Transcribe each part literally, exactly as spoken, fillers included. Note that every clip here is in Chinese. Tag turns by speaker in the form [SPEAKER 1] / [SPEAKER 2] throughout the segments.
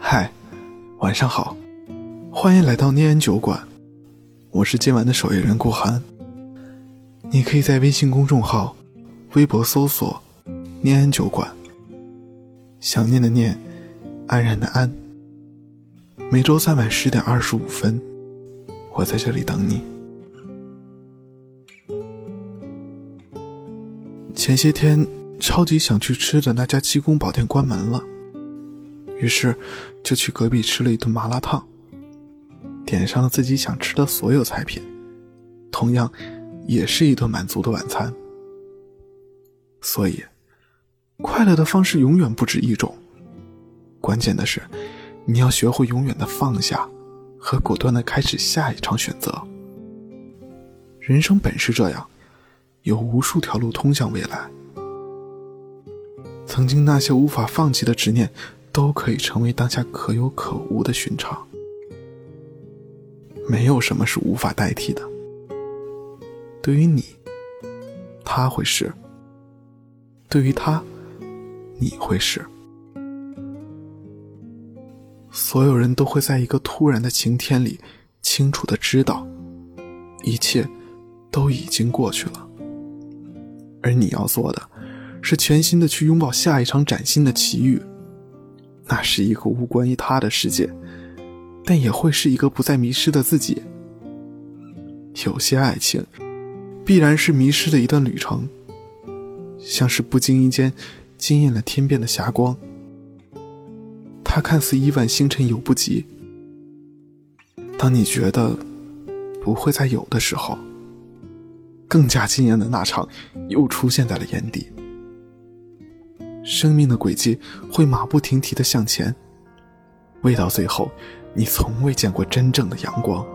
[SPEAKER 1] 嗨，晚上好，欢迎来到念安酒馆，我是今晚的守夜人顾寒。你可以在微信公众号、微博搜索念安酒馆，想念的念，安然的安。每周三晚十点二十五分，我在这里等你。前些天超级想去吃的那家鸡公煲店关门了，于是就去隔壁吃了一顿麻辣烫，点上了自己想吃的所有菜品，同样也是一顿满足的晚餐。所以快乐的方式永远不止一种，关键的是你要学会永远的放下和果断的开始下一场选择。人生本是这样，有无数条路通向未来，曾经那些无法放弃的执念都可以成为当下可有可无的寻常。没有什么是无法代替的，对于你他会是，对于他你会是。所有人都会在一个突然的晴天里清楚地知道一切都已经过去了，而你要做的是全心地去拥抱下一场崭新的奇遇。那是一个无关于他的世界，但也会是一个不再迷失的自己。有些爱情必然是迷失的一段旅程，像是不经意间惊艳了天边的霞光，它看似亿万星辰有不及，当你觉得不会再有的时候，更加惊艳的那场又出现在了眼底。生命的轨迹会马不停蹄地向前，未到最后你从未见过真正的阳光。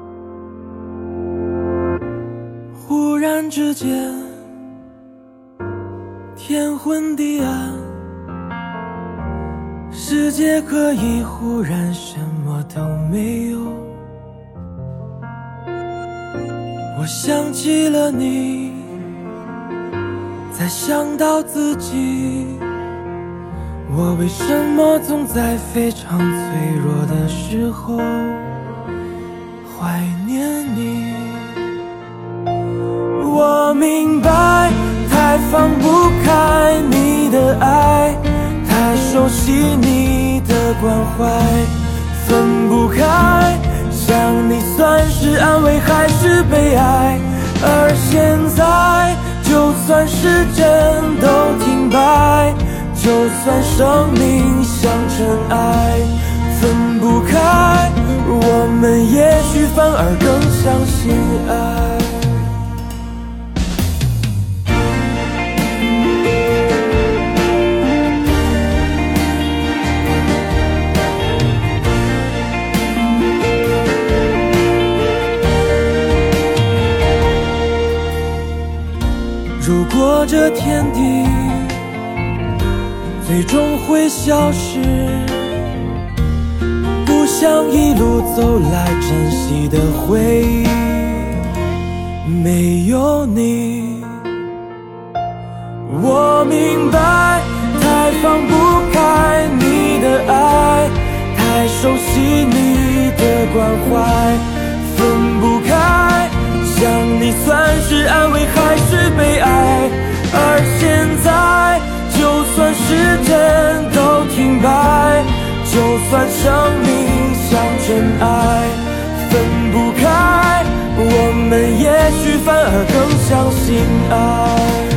[SPEAKER 2] 忽然之间天昏地暗，世界可以忽然什么都没有。我想起了你，再想到自己，我为什么总在非常脆弱的时候怀念你？我明白，太放不开你的爱，太熟悉你的关怀，分不开，想你算是安慰还是悲哀？而现在就算时针都停摆，就算生命像尘埃，分不开，我们也许反而更相信爱。如果这天地最终会消失，不想一路走来珍惜的回忆没有你。我明白，太放不开你的爱，太熟悉你的关怀，分不开，想你算是安慰还是悲哀？而现在就算时针都停摆，就算生命像尘埃，分不开，我们也许反而更相信爱。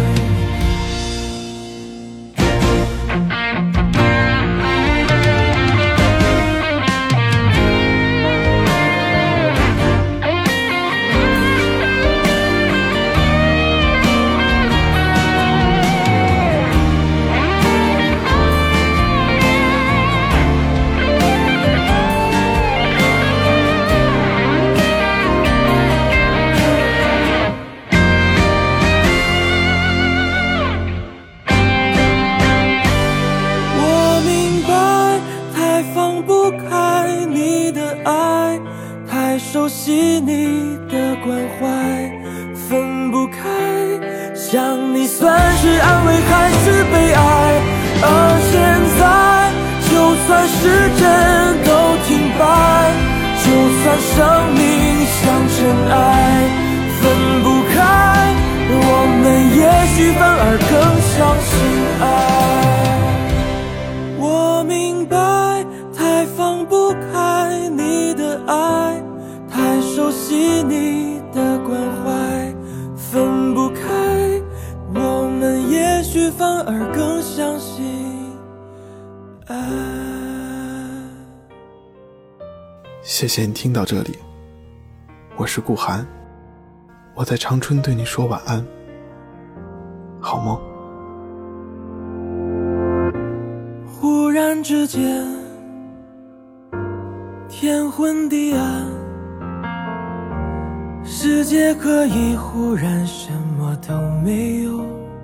[SPEAKER 2] 熟悉你的关怀，分不开，想你算是安慰还是悲哀？而现在就算时针算生命像尘埃，分不开，我们也许反而更相信爱。我明白，太放不开你的爱，太熟悉你的关怀，分不开，我们也许反而更相信爱。
[SPEAKER 1] 谢谢你听到这里，我是顾寒，我在长春对你说晚安，好梦。
[SPEAKER 2] 忽然之间，天昏地暗，世界可以忽然什么都没有。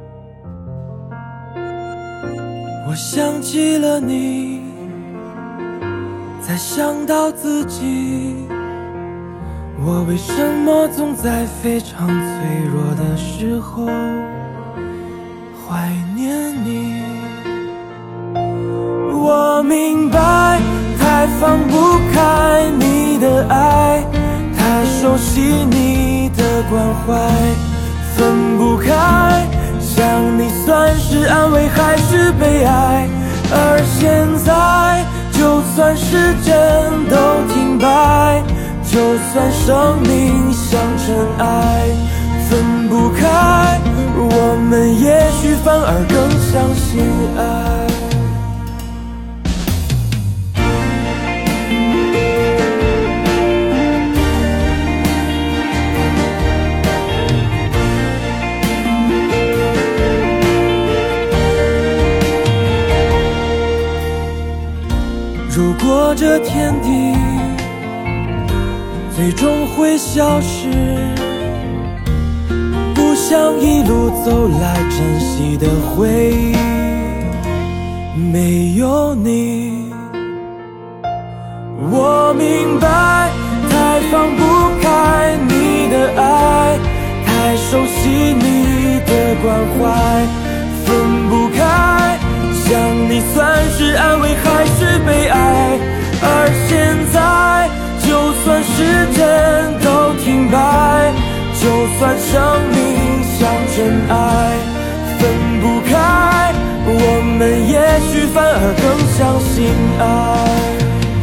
[SPEAKER 2] 我想起了你，才想到自己，我为什么总在非常脆弱的时候怀念你。我明白，太放不开你的爱，太熟悉你的关怀，分不开，想你算是安慰还是悲哀。而现在就算时针都停摆，就算生命像尘埃，分不开，我们也许反而更相信爱。如果这天地最终会消失，不想一路走来珍惜的回忆没有你。我明白，太放不开你的爱，太熟悉你的关怀，分不开，想你算是安慰还是悲哀。而现在就算时针都停摆，就算生命像尘埃，分不开，我们也许反而更相信爱。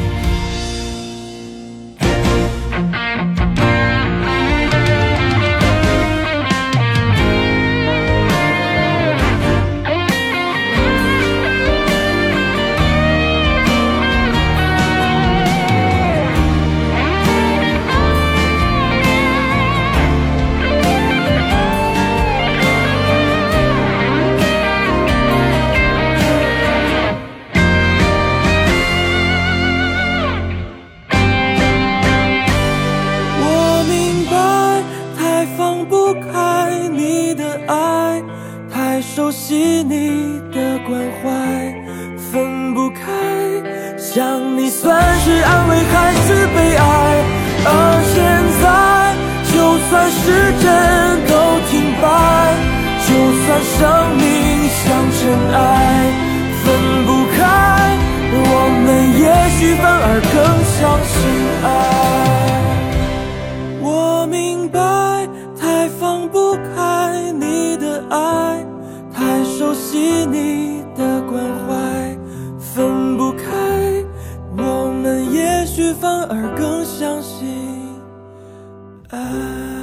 [SPEAKER 2] 熟悉你的关怀，分不开，想你算是安慰还是悲哀。而现在就算时针都停摆，就算生命像尘埃，分不开，我们也许反而更相信爱。我明白，太放不开你的爱，太熟悉你的关怀，分不开，我们也许反而更相信爱。